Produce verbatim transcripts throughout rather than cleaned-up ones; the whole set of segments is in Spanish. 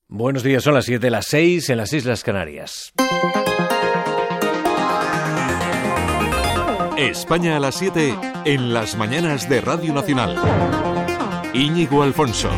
Buenos días, son las siete, las seis en las Islas Canarias. España a las siete en las mañanas de Radio Nacional. Íñigo Alfonso.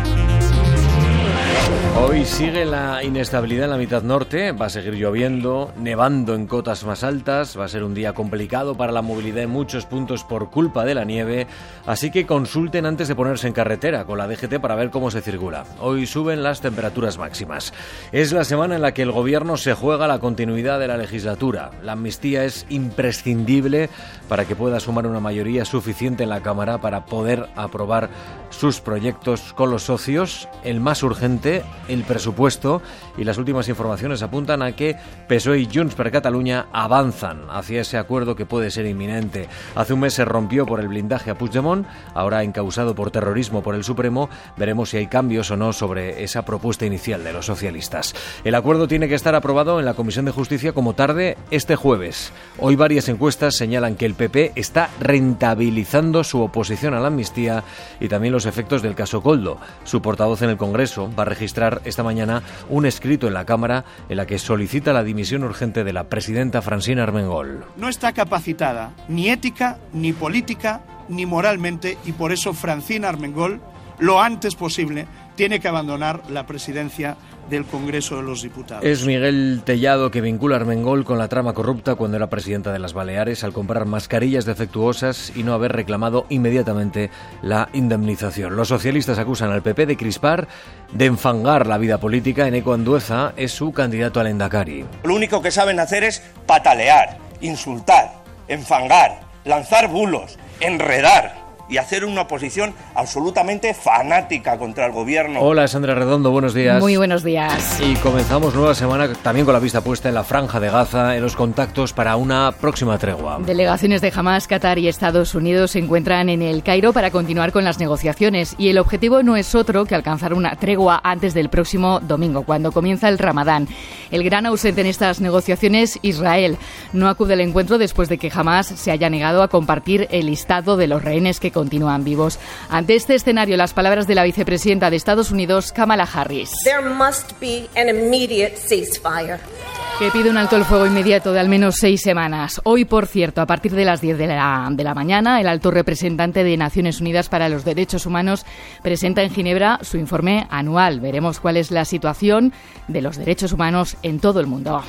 Hoy sigue la inestabilidad en la mitad norte, va a seguir lloviendo, nevando en cotas más altas, va a ser un día complicado para la movilidad en muchos puntos por culpa de la nieve, así que consulten antes de ponerse en carretera con la D G T para ver cómo se circula. Hoy suben las temperaturas máximas. Es la semana en la que el gobierno se juega la continuidad de la legislatura. La amnistía es imprescindible para que pueda sumar una mayoría suficiente en la Cámara para poder aprobar sus proyectos con los socios. El más urgente, el presupuesto, y las últimas informaciones apuntan a que P S O E y Junts per Catalunya avanzan hacia ese acuerdo que puede ser inminente. Hace un mes se rompió por el blindaje a Puigdemont, ahora encausado por terrorismo por el Supremo. Veremos si hay cambios o no sobre esa propuesta inicial de los socialistas. El acuerdo tiene que estar aprobado en la Comisión de Justicia como tarde este jueves. Hoy varias encuestas señalan que el P P está rentabilizando su oposición a la amnistía y también los efectos del caso Koldo. Su portavoz en el Congreso va a registrar esta mañana un escrito en la Cámara en la que solicita la dimisión urgente de la presidenta Francina Armengol. No está capacitada ni ética, ni política, ni moralmente, y por eso Francina Armengol, lo antes posible, tiene que abandonar la presidencia del Congreso de los Diputados. Es Miguel Tellado que vincula a Armengol con la trama corrupta cuando era presidenta de las Baleares al comprar mascarillas defectuosas y no haber reclamado inmediatamente la indemnización. Los socialistas acusan al P P de crispar, de enfangar la vida política. Eneco Andueza es su candidato al Endacari. Lo único que saben hacer es patalear, insultar, enfangar, lanzar bulos, enredar y hacer una oposición absolutamente fanática contra el gobierno. Hola, Sandra Redondo, buenos días. Muy buenos días. Y comenzamos nueva semana también con la vista puesta en la Franja de Gaza, en los contactos para una próxima tregua. Delegaciones de Hamás, Qatar y Estados Unidos se encuentran en el Cairo para continuar con las negociaciones, y el objetivo no es otro que alcanzar una tregua antes del próximo domingo, cuando comienza el Ramadán. El gran ausente en estas negociaciones, Israel, no acude al encuentro después de que Hamás se haya negado a compartir el listado de los rehenes que continúan vivos. Ante este escenario, las palabras de la vicepresidenta de Estados Unidos, Kamala Harris. There must be an immediate ceasefire. Que pide un alto el fuego inmediato de al menos seis semanas. Hoy, por cierto, a partir de las diez de la, de la mañana, el alto representante de Naciones Unidas para los Derechos Humanos presenta en Ginebra su informe anual. Veremos cuál es la situación de los derechos humanos en todo el mundo.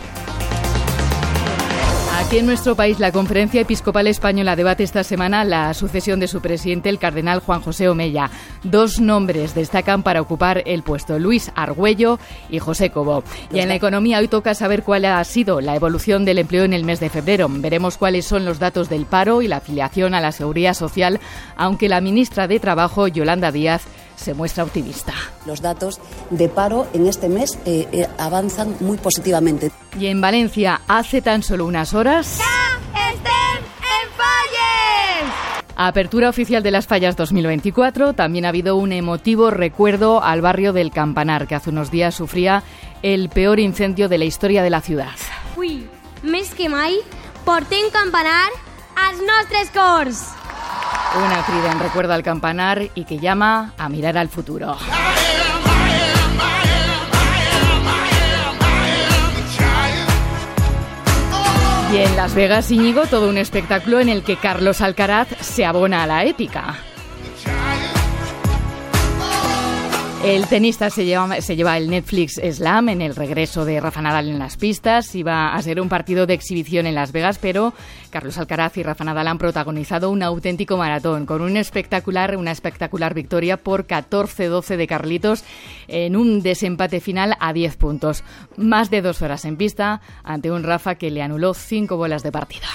Aquí en nuestro país, la Conferencia Episcopal Española debate esta semana la sucesión de su presidente, el cardenal Juan José Omeya. Dos nombres destacan para ocupar el puesto: Luis Argüello y José Cobo. Y en la economía, hoy toca saber cuál ha sido la evolución del empleo en el mes de febrero. Veremos cuáles son los datos del paro y la afiliación a la Seguridad Social, aunque la ministra de Trabajo, Yolanda Díaz, se muestra optimista. Los datos de paro en este mes eh, eh, avanzan muy positivamente. Y en Valencia, hace tan solo unas horas... ¡Ya estén en Falles! Apertura oficial de las Fallas dos mil veinticuatro. También ha habido un emotivo recuerdo al barrio del Campanar, que hace unos días sufría el peor incendio de la historia de la ciudad. Ui, més que mai, portem Campanar als nostres cors. Una crida en recuerdo al Campanar y que llama a mirar al futuro. Y en Las Vegas, Íñigo, todo un espectáculo en el que Carlos Alcaraz se abona a la épica. El tenista se lleva, se lleva el Netflix Slam en el regreso de Rafa Nadal en las pistas. Iba a ser un partido de exhibición en Las Vegas, pero Carlos Alcaraz y Rafa Nadal han protagonizado un auténtico maratón con un espectacular, una espectacular victoria por catorce doce de Carlitos en un desempate final a diez puntos. Más de dos horas en pista ante un Rafa que le anuló cinco bolas de partida.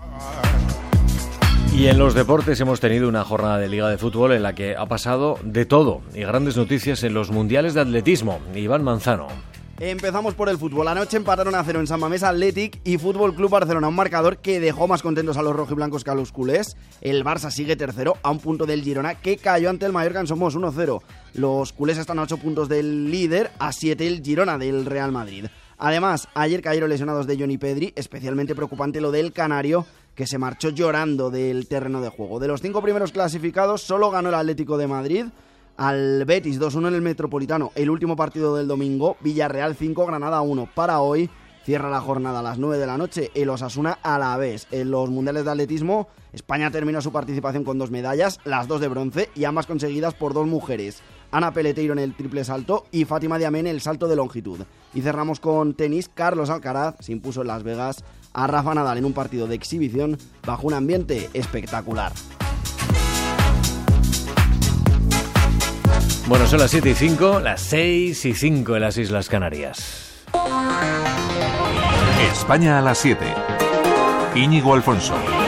Y en los deportes hemos tenido una jornada de Liga de Fútbol en la que ha pasado de todo y grandes noticias en los mundiales de atletismo. Iván Manzano. Empezamos por el fútbol. Anoche empataron a cero en San Mamés Athletic y Fútbol Club Barcelona, un marcador que dejó más contentos a los rojiblancos que a los culés. El Barça sigue tercero a un punto del Girona, que cayó ante el Mallorca en Somos uno cero. Los culés están a ocho puntos del líder, a siete el Girona del Real Madrid. Además, ayer cayeron lesionados de Johnny Pedri, especialmente preocupante lo del canario, que se marchó llorando del terreno de juego. De los cinco primeros clasificados, solo ganó el Atlético de Madrid. al Betis dos uno en el Metropolitano. El último partido del domingo, Villarreal cinco, Granada uno. Para hoy cierra la jornada a las nueve de la noche el Osasuna Alavés. En los mundiales de atletismo, España terminó su participación con dos medallas, las dos de bronce y ambas conseguidas por dos mujeres. Ana Peleteiro en el triple salto y Fátima Diamé en el salto de longitud. Y cerramos con tenis. Carlos Alcaraz se impuso en Las Vegas a Rafa Nadal en un partido de exhibición bajo un ambiente espectacular. Bueno, son las siete y cinco, las seis y cinco en las Islas Canarias. España a las siete. Íñigo Alfonso.